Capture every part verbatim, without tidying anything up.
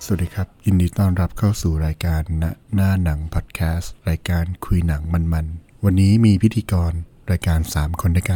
สวัสดีครับยินดีต้อนรับเข้าสู่รายการณหน้าหนังพอดแคสต์รายการคุยหนังมันๆวันนี้มีพิธีกรรายการสามคนด้วยกัน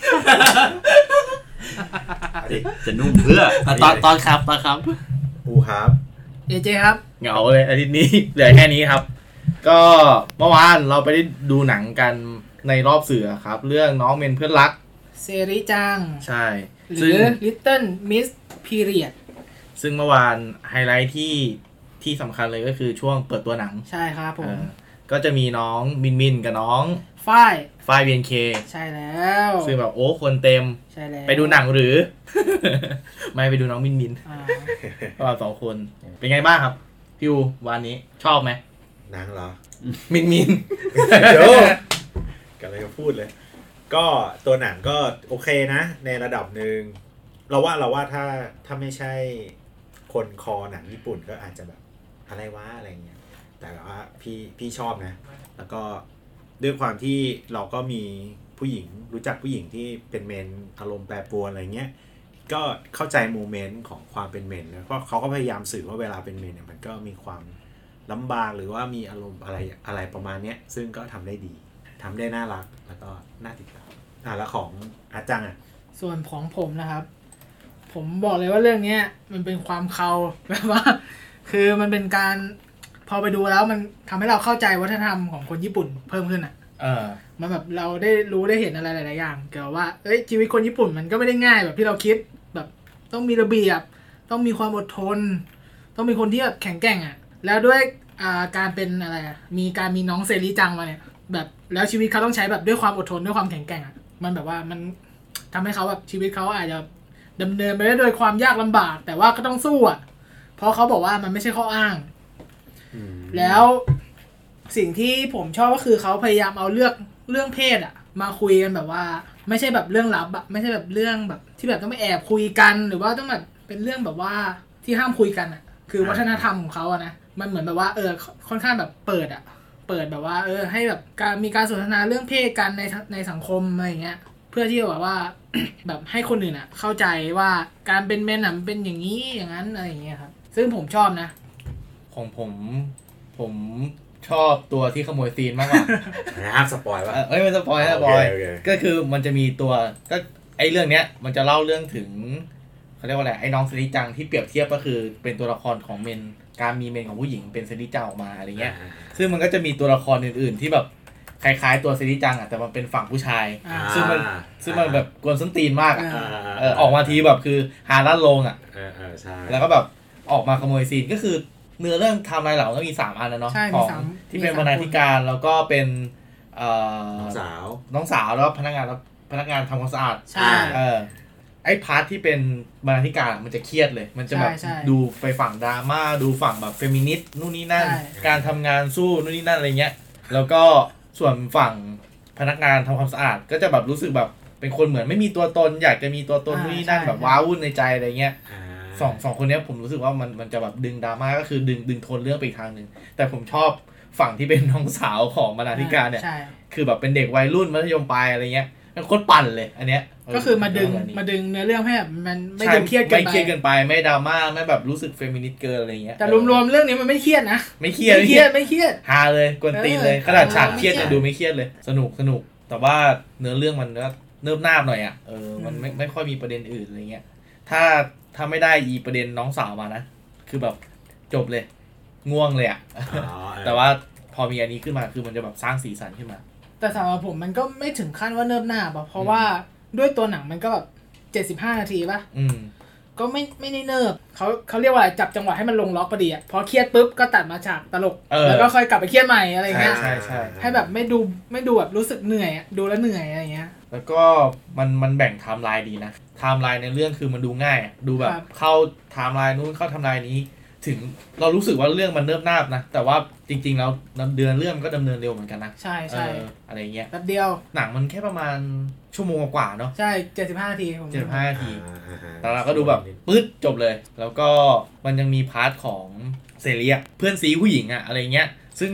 จะนุ่มเพื่อตอนตอนครับตอนครับปูครับเอเจครับเหงาเลยอาทิตย์นี้เหลือแค่นี้ครับก็เมื่อวานเราไปได้ดูหนังกันในรอบสื่อครับเรื่องน้องเมนเพื่อนรักเซริจังใช่หรือ Little Miss Period ซึ่งเมื่อวานไฮไลท์ที่ที่สำคัญเลยก็คือช่วงเปิดตัวหนังใช่ครับผมก็จะมีน้องมินมินกับน้องฝ้ายฝ้าย บี เอ็น เคใช่แล้วซึ่งแบบโอ้คนเต็มใช่แล้วไปดูหนังหรือ ไม่ไปดูน้องมินมินก็สองคนเป็นไงบ้างครับพี่อูวันนี้ชอบไหมหนังเหรอมินมินเดี๋ยวกันเลยก็พูดเลยก็ตัวหนังก็โอเคนะในระดับหนึ่งเราว่าเราว่าถ้าถ้าไม่ใช่คนคอหนังญี่ปุ่นก็อาจจะแบบอะไรวะอะไรเงี้ยแต่ว่าพี่พี่ชอบนะแล้วก็ด้วยความที่เราก็มีผู้หญิงรู้จักผู้หญิงที่เป็นเมนอารมณ์แปรปรวนอะไรเงี้ยก็เข้าใจโมเมนต์ของความเป็นเมนนะเพราะเขาก็พยายามสื่อว่าเวลาเป็นเมนเนี่ยมันก็มีความลำบากหรือว่ามีอารมณ์อะไรอะไรประมาณเนี้ยซึ่งก็ทำได้ดีทำได้น่ารักแล้วก็น่าติดตามอ่ะแล้วของอาจังอ่ะส่วนของผมนะครับผมบอกเลยว่าเรื่องนี้มันเป็นความเขาแบบว่าคือมันเป็นการพอไปดูแล้วมันทำให้เราเข้าใจวัฒนธรรมของคนญี่ปุ่นเพิ่มขึ้นอ่ะเออมันแบบเราได้รู้ได้เห็นอะไรหลายๆอย่างเกี่ยวกับว่าเอ้ยชีวิตคนญี่ปุ่นมันก็ไม่ได้ง่ายแบบที่เราคิดแบบต้องมีระเบียบต้องมีความอดทนต้องมีคนที่แบบแข็งแกร่งอ่ะแล้วด้วยอ่าการเป็นอะไรอ่ะมีการมีน้องเซริจังมาเนี่ยแบบแล้วชีวิตเขาต้องใช้แบบด้วยความอดทนด้วยความแข็งแกร่งอ่ะมันแบบว่ามันทำให้เขาแบบชีวิตเขาอาจจะดำเนินไปได้โดยความยากลำบากแต่ว่าก็ต้องสู้อ่ะเพราะเขาบอกว่ามันไม่ใช่ข้ออ้างแล้วสิ่งที่ผมชอบก็คือเขาพยายามเอาเลือกเรื่องเพศอ่ะมาคุยกันแบบว่าไม่ใช่แบบเรื่องลับอะไม่ใช่แบบเรื่องแบบที่แบบต้องไปแอบคุยกันหรือว่าต้องแบบเป็นเรื่องแบบว่าที่ห้ามคุยกันอ่ะคือวัฒนธรรมของเขาอะนะมันเหมือนแบบว่าเออค่อนข้างแบบเปิดอ่ะเปิดแบบว่าเออให้แบบการมีการสนทนาเรื่องเพศกันในในสังคมอะไรอย่างเงี้ยเพื่อที่แบบว่า แบบให้คนอื่นอ่ะเข้าใจว่าการเป็นแมนน่ะมันเป็นอย่างนี้อย่างนั้นอะไรอย่างเงี้ยครับซึ่งผมชอบนะของผมผมชอบตัวที่ขโมยซีนมากกว่านะครับสปอยล์ป่ะเอ้ยไม่สปอยล์นะบอยก็คือมันจะมีตัวก็ไอ้เรื่องเนี้ยมันจะเล่าเรื่องถึงเขาเรียกว่าอะไรไอ้น้องเซริจังที่เปรียบเทียบก็คือเป็นตัวละครของเมนการมีเมนของผู้หญิงเป็นเซริจังออกมาอะไรเงี้ยซึ่งมันก็จะมีตัวละครอื่นๆที่แบบคล้ายๆตัวเซริจังอ่ะแต่มันเป็นฝั่งผู้ชายซึ่งมันซึ่งมันแบบกวนส้นตีนมากอ่ะเออออกมาทีแบบคือฮาลั่นลงอ่ะเออๆใช่แล้วก็แบบออกมาขโมยซีนก็คือเนื้อเรื่องไทม์ไลน์เหล่าก็มีสามอันนะเนาะของที่เป็นบรรณาธิการแล้วก็เป็นเอ่อน้องสาวน้องสาวแล้วพนักงานพนักงานทำความสะอาดใช่เออไอ้พาร์ทที่เป็นบรรณาธิการมันจะเครียดเลยมันจะแบบดูไปฝั่งดราม่าดูฝั่งแบบเฟมินิสต์นู่นนี่นั่นการทำงานสู้นู่นนี่นั่นอะไรเงี้ยแล้วก็ส่วนฝั่งพนักงานทำความสะอาดก็จะแบบรู้สึกแบบเป็นคนเหมือนไม่มีตัวตนอยากจะมีตัวตนนู่นนี่นั่นแบบว้าวุ่นในใจอะไรเงี้ยสองสองคนนี้ผมรู้สึกว่ามันมันจะแบบดึงดราม่าก็คือดึงดึงโทนเรื่องไปอีกทางนึงแต่ผมชอบฝั่งที่เป็นน้องสาวของบรรณาธิการเนี่ยคือแบบเป็นเด็กวัยรุ่นมัธยมปลายอะไรเงี้ยมันโคตรปั่นเลยอันเนี้ยก็คือมาดึงมาดึงเนื้อเรื่องให้แบบมันไม่ดึงเครียดเกินไปไม่เครียดเกินไปไม่ดราม่าไม่แบบรู้สึกเฟมินิสต์เกินอะไรเงี้ยแต่รวมๆเรื่องนี้มันไม่เครียดนะไม่เครียดไม่เครียดไม่เครียดฮาเลยกวนตีนเลยขนาดฉากเครียดยังดูไม่เครียดเลยสนุกสนุกแต่ว่าเนื้อเรื่องมันก็เนิบนาบหน่อยอ่ะเออมันไม่ไม่ค่อยมีประเด็นอื่นอะไรเงี้ยถ้าถ้าไม่ได้อีประเด็นน้องสาวมานะคือแบบจบเลยง่วงเลยอ่ะแต่ว่าพอมีอันนี้ขึ้นมาคือมันจะแบบสร้างสีสันขึ้นมาแต่สำหรับผมมันก็ไม่ถึงขั้นว่าเนิบนาบอ่ะเพราะว่าด้วยตัวหนังมันก็แบบเจ็ดสิบห้านาทีป่ะอืมก็ไม่ไม่ได้เนิบเขาเขาเรียกว่าจับจังหวะให้มันลงล็อกพอดีอ่ะพอเครียดปุ๊บก็ตัดมาฉากตลกแล้วก็ค่อยกลับไปเครียดใหม่อะไรเงี้ยใช่ใช่ให้แบบไม่ดูไม่ดูแบบรู้สึกเหนื่อยดูแล้วเหนื่อยอะไรเงี้ยแล้วก็มันมันแบ่งไทม์ไลน์ดีนะไทม์ไลน์ในเรื่องคือมันดูง่ายดูแบบเข้าไทม์ไลน์นู้นเข้าไทม์ไลน์นี้ถึงเรารู้สึกว่าเรื่องมันเนิบนาบนะแต่ว่าจริงๆแล้วเดือนเรื่องมันก็ดำเนินเร็วเหมือนกันนะใช่ใช่อะไรเงี้ยแป๊บเดียวหนังมันแค่ประมาณชั่วโมงกว่าเนาะใช่เจ็ดสิบห้านาทีเจ็ดสิบห้านาทีแต่เราก็ดูแบบปึ๊ดจบเลยแล้วก็มันยังมีพาร์ทของเซเรียเพื่อนซีผู้หญิงอะอะไรเงี้ยซึ่ง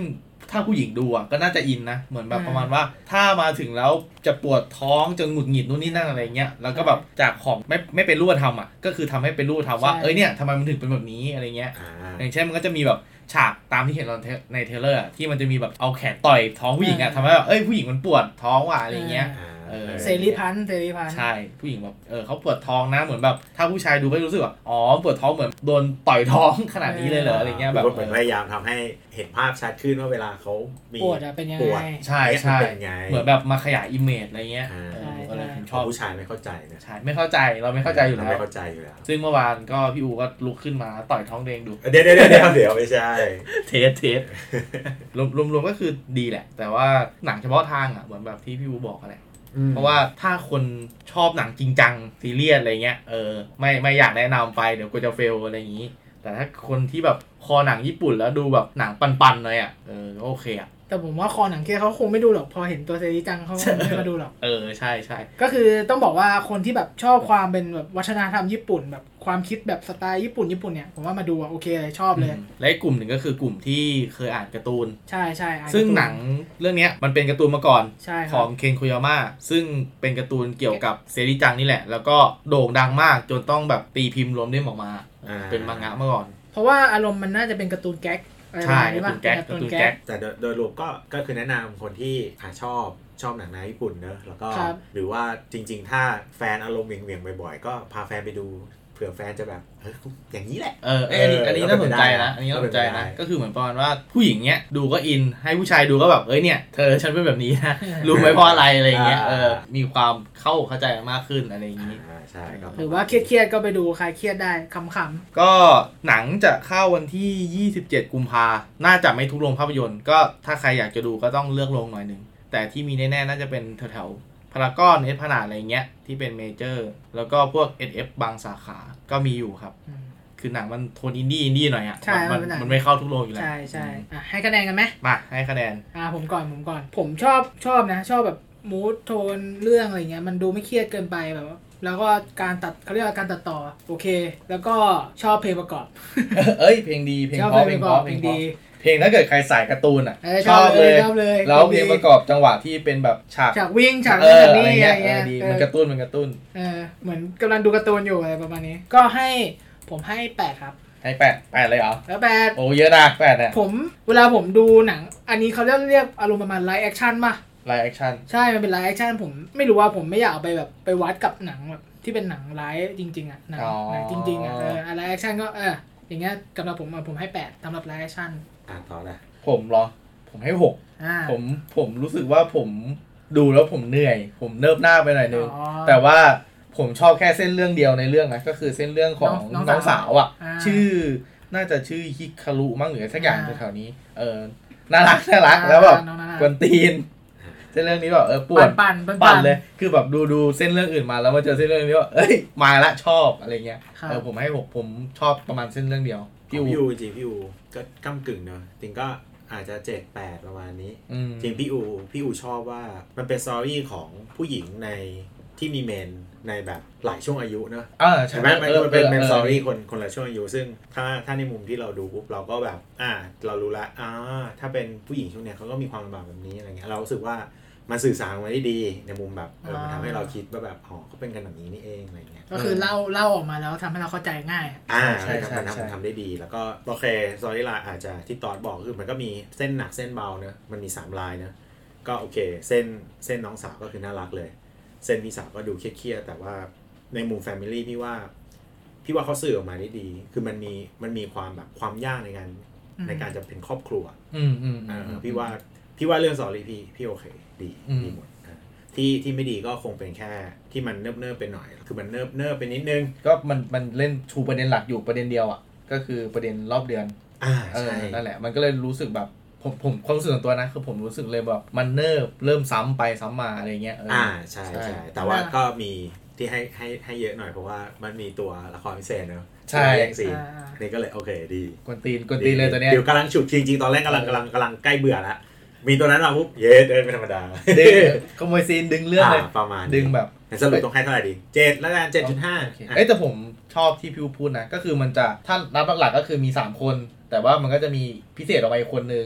ถ้าผู้หญิงดูอ่ะก็น่าจะอินนะเหมือนแบบประมาณว่าถ้ามาถึงแล้วจะปวดท้องจะหงุดหงิดนู่นนี่นั่นอะไรเงี้ยแล้วก็แบบจากของไม่ไม่เป็นรูปธรรมอ่ะก็คือทำให้เป็นรูปธรรมว่าเอ้ยเนี่ยทำไมมันถึงเป็นแบบนี้อะไรเงี้ยอย่างเช่นมันก็จะมีแบบฉากตามที่เห็นในเทเลอร์ที่มันจะมีแบบเอาแขนต่อยท้องผู้หญิงอ่ะทำให้แบบเอ้ยผู้หญิงมันปวดท้องว่ะอะไรเงี้ยเสรีพันธ์เสรีพันธ์ใช่ผู้หญิงแบบเออเขาปวดท้องนะเหมือนแบบถ้าผู้ชายดูไม่รู้สึกว่าอ๋อปวดท้องเหมือนโดนต่อยท้องขนาดนี้เลยเหรออะไรเงี้ยแบบเหมือนพยายามทำให้เห็นภาพชัดขึ้นว่าเวลาเขามีปวดเป็นยังไงใช่ใช่เหมือนแบบมาขยายอิมเมจอะไรเงี้ยก็เลยผมชอบผู้ชายไม่เข้าใจนะใช่ไม่เข้าใจเราไม่เข้าใจอยู่แล้วไม่เข้าใจอยู่แล้วซึ่งเมื่อวานก็พี่อูก็ลุกขึ้นมาต่อยท้องเด้งดูเดี๋ยวเดี๋ยวเดี๋ยวเดี๋ยวไม่ใช่เทสเทสรวมๆก็คือดีแหละแต่ว่าหนังเฉพาะทางอ่ะเหมือนแบบที่พี่อูบอกอะไรเพราะว่าถ้าคนชอบหนังจริงจังซีเรียสอะไรเงี้ยเออไม่ไม่อยากแนะนำไปเดี๋ยวกูจะเฟลอะไรอย่างนี้แต่ถ้าคนที่แบบคอหนังญี่ปุ่นแล้วดูแบบหนังปันๆเลยอ่ะเออโอเคอ่ะแต่ผมว่าคอหนังเคเขาคงไม่ดูหรอกพอเห็นตัวเซริจังเขาคงไม่มาดูหรอกเออใช่ใช่ก็คือต้องบอกว่าคนที่แบบชอบความเป็นแบบวัฒนธรรมญี่ปุ่นแบบความคิดแบบสไตล์ญี่ปุ่นญี่ปุ่นเนี่ยผมว่ามาดูโอเคเลยชอบเลยและอีกกลุ่มหนึ่งก็คือกลุ่มที่เคยอ่านการ์ตูนใช่ใช่ซึ่งหนังเรื่องนี้มันเป็นการ์ตูนมาก่อนของเคนโคยาม่าซึ่งเป็นการ์ตูนเกี่ยวกับเซริจังนี่แหละแล้วก็โด่งดังมากจนต้องแบบตีพิมพ์รวมเล่มออกมาเป็นมังงะเมื่อก่อนเพราะว่าอารมณ์มันน่าจะเป็นการ์ตูนแก๊กใช่การ์ตูนแก๊กการ์ตูนแก๊กแต่โดยรวมก็ก็คือแนะนำคนที่ชอบชอบหนังในญี่ปุ่นเนอะแล้วก็หรือว่าจริงๆถ้าแฟนอารมณ์เวียงๆบ่อยๆก็พาแฟนไปดูเผื่อแฟนจะแบบเฮ้ยอย่างนี้แหละเอออันนี้อันนี้น่าสนใจนะอันนี้น่าสนใจนะก็คือเหมือนประมาณว่าผู้หญิงเนี้ยดูก็อินให้ผู้ชายดูก็แบบเอ้ยเนี่ยเธอฉันเป็นแบบนี้นะรู้ไหมเพราะอะไรอะไรอย่างเงี้ยเออมีความเข้าเข้าใจมากขึ้นอะไรอย่างงี้ใช่ครับหรือว่าเครียดๆก็ไปดูคลายเครียดได้ขำๆก็หนังจะเข้าวันที่ยี่สิบเจ็ดกุมภาน่าจะไม่ทุกโรงภาพยนตร์ก็ถ้าใครอยากจะดูก็ต้องเลือกโรงหน่อยนึงแต่ที่มีแน่ๆน่าจะเป็นแถวๆพารากอนเอสพนาดอะไรเงี้ยที่เป็นเมเจอร์แล้วก็พวก เอส เอฟ บางสาขาก็มีอยู่ครับคือหนังมันโทนอินดี้อินดี้หน่อยอ่ะมันมันไม่เข้าทุกโรงอยู่แล้วใช่ใช่อ่ะให้คะแนนกันไหมมาให้คะแนนอ่ะผมก่อนผมก่อนผมชอบชอบนะชอบแบบมูดโทนเรื่องอะไรเงี้ยมันดูไม่เครียดเกินไปแบบแล้วก็การตัดเขาเรียกว่าการตัดต่อโอเคแล้วก็ชอบเพลงประกอบเอ้ยเพลงดีเพลงเพราะเพลงเพราะเพลงดีเพลงถ้าเกิดใครสายการ์ตูนอ่ะชอบเลยแล้วเพลงประกอบจังหวะที่เป็นแบบฉากฉากวิ่งฉากนั่นนี่อะไรเงี้ยมันกระตุ้นมันกระตุ้นเออเหมือนกำลังดูการ์ตูนอยู่อะไรประมาณนี้ก็ให้ผมให้แปดครับให้แปดแปดเลยเหรอแล้วแปดโอ้เยอะนะแปดเนี่ยผมเวลาผมดูหนังอันนี้เขาเรียกเรียกอารมณ์ประมาณไลฟ์แอคชั่นป่ะไลฟ์แอคชั่นใช่มันเป็นไลฟ์แอคชั่นผมไม่รู้ว่าผมไม่อยากเอาไปแบบไปวัดกับหนังแบบที่เป็นหนังไลฟ์จริงๆอ่ะหนังหนังจริงๆอ่ะเออไลฟ์แอคชั่นก็เอออย่างเงี้ยสำหรับผมผมให้แปดสำหรับไลฟ์แอคชั่นอ่ะต่อเลยผมเหรอผมให้หกผมผมรู้สึกว่าผมดูแล้วผมเหนื่อยผมเนิบหน้าไปหน่อยนึงแต่ว่าผมชอบแค่เส้นเรื่องเดียวในเรื่องนะก็คือเส้นเรื่องของน้องสาวอ่ะชื่อน่าจะชื่อฮิคารุมั้งหรือสักอย่างแถวๆนี้เออน่ารักน่ารักแล้วแบบกวนตีนเส้นเรื่องนี้แบบเออปวดปั่นปั่นเลยคือแบบดูดูเส้นเรื่องอื่นมาแล้วมาเจอเส้นเรื่องนี้ว่าเอ้ยมาละชอบอะไรเงี้ยเออผมให้หกผมชอบประมาณเส้นเรื่องเดียวพี่อูจริงพี่อูก็ก้ำกึ่งเนอะจริงก็อาจจะเจ็ดแปดประมาณนี้จริงพี่อูพี่อูชอบว่ามันเป็นสตอรี่ของผู้หญิงในที่มีเมนในแบบหลายช่วงอายุเนอะใช่ไหมมันเป็นเป็นสตอรี่คนคนละช่วงอายุซึ่งถ้าถ้าในมุมที่เราดูปุ๊บเราก็แบบอ่าเรารู้ละอ่าถ้าเป็นผู้หญิงช่วงเนี้ยเขาก็มีความลำบากแบบนี้อะไรเงี้ยเรารู้สึกว่ามันสื่อสารมาได้ดีในมุมแบบเออมันทำให้เราคิดว่าแบบอ๋อเขาเป็นกันแบบนี้นี่เองอะไรเงี้ยก็คือเล่าเล่าออกมาแล้วทำให้เราเข้าใจง่ายอ่าใช่ครับมันทำมันทำได้ดีแล้วก็โอเคสตอรี่ไลน์อาจจะที่ตอนบอกคือมันก็มีเส้นหนักเส้นเบาเนอะมันมีสามลายเนอะก็โอเคเส้นเส้นน้องสาวก็คือน่ารักเลยเส้นพี่สาวก็ดูเครียดๆแต่ว่าในมุมแฟมิลี่พี่ว่าพี่ว่าเขาสื่อออกมาได้ดีคือมันมีมันมีความแบบความยากในการในการจะเป็นครอบครัวอืมอืมอ่าพี่ว่าพี่ว่าเรื่องสตอรี่พี่พี่โอเคดีดีหมดที่ที่ไม่ดีก็คงเป็นแค่ที่มันเนิบเนิบไปหน่อยคือมันเนิบเนิบไปนิดนึงก็มันมันเล่นชูประเด็นหลักอยู่ประเด็นเดียวอ่ะก็คือประเด็นรอบเดือนอ่าใช่นั่นแหละมันก็เลยรู้สึกแบบผมผมความรู้สึกส่วนตัวนะคือผมรู้สึกเลยแบบมันเนิบเริ่มซ้ำไปซ้ำมาอะไรเงี้ยอ่าใช่ใช่แต่ว่าก็มีที่ให้ให้ให้เยอะหน่อยเพราะว่ามันมีตัวละครพิเศษเนอะใช่ยังสี่นี่ก็เลยโอเคดีกวนตีนกวนตีนเลยตัวเนี้ยเดี๋ยวกำลังฉุกจริงๆตอนแรกกำลังกำลังกำลังใกล้เบื่อแล้วมีตัวนั้นมาปุ๊บเย้เดินเป็นธรรมดาดึงขโมยซีนดึงเรื่องเลยประมาณดึงแบบสรุปต้องให้เท่าไหร่ดีเจ็ดแล้วกัน เจ็ดจุดห้าเอ้ยแต่ผมชอบที่พี่พูดนะก็คือมันจะถ้านับหลักๆก็คือมีสามคนแต่ว่ามันก็จะมีพิเศษออกมาอีกคนนึง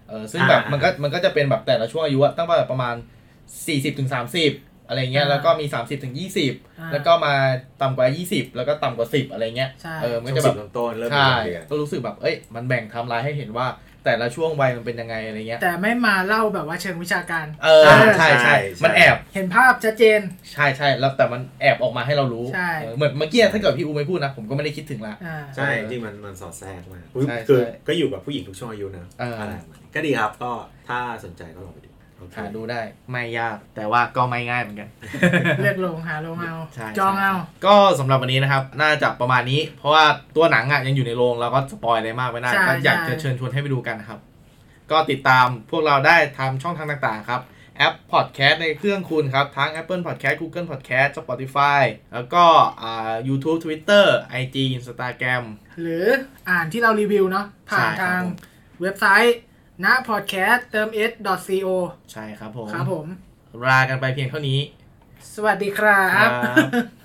เออซึ่งแบบมันก็มันก็จะเป็นแบบแต่ละช่วงอายุตั้งแต่ประมาณสี่สิบถึงสามสิบอะไรเงี้ยแล้วก็มีสามสิบถึงยี่สิบแล้วก็มาต่ำกว่ายี่สิบแล้วก็ต่ำกว่าสิบอะไรเงี้ยเออมันจะแบบต้นเริ่มใช่ก็รู้สึกแบบเอ้ยมันแบ่งไทม์ไลน์ให้เห็นว่าแต่ละช่วงวัยมันเป็นยังไงอะไรเงี้ยแต่ไม่มาเล่าแบบว่าเชิงวิชาการเออใช่ใช่มันแอบเห็นภาพชัดเจนใช่ใช่แล้วแต่มันแอบออกมาให้เรารู้เหมือนเมื่อกี้ถ้าเกิดพี่อูไม่พูดนะผมก็ไม่ได้คิดถึงละใช่จริงมันมันสอดแทรกมากคือก็อยู่กับผู้หญิงทุกช่วงอายุนะอะไรก็ดีครับก็ถ้าสนใจก็ลองไปดูหาดูได้ไม่ยากแต่ว่าก็ไม่ง่ายเหมือนกันเลือกลงหาลงเอาจองเอาก็สำหรับวันนี้นะครับน่าจะประมาณนี้เพราะว่าตัวหนังอ่ะยังอยู่ในโรงแล้วก็สปอยอะไรมากไม่ได้ก็อยากจะเชิญชวนให้ไปดูกันนะครับก็ติดตามพวกเราได้ทางช่องทางต่างๆครับแอป Podcast ในเครื่องคุณครับทั้ง Apple Podcast Google Podcast Spotify แล้วก็อ่า YouTube Twitter ไอ จี Instagram หรืออ่านที่เรารีวิวเนาะผ่านทางเว็บไซต์ณ podcast เติม s .co ใช่ครับผมครับผมลากันไปเพียงเท่านี้สวัสดีครับ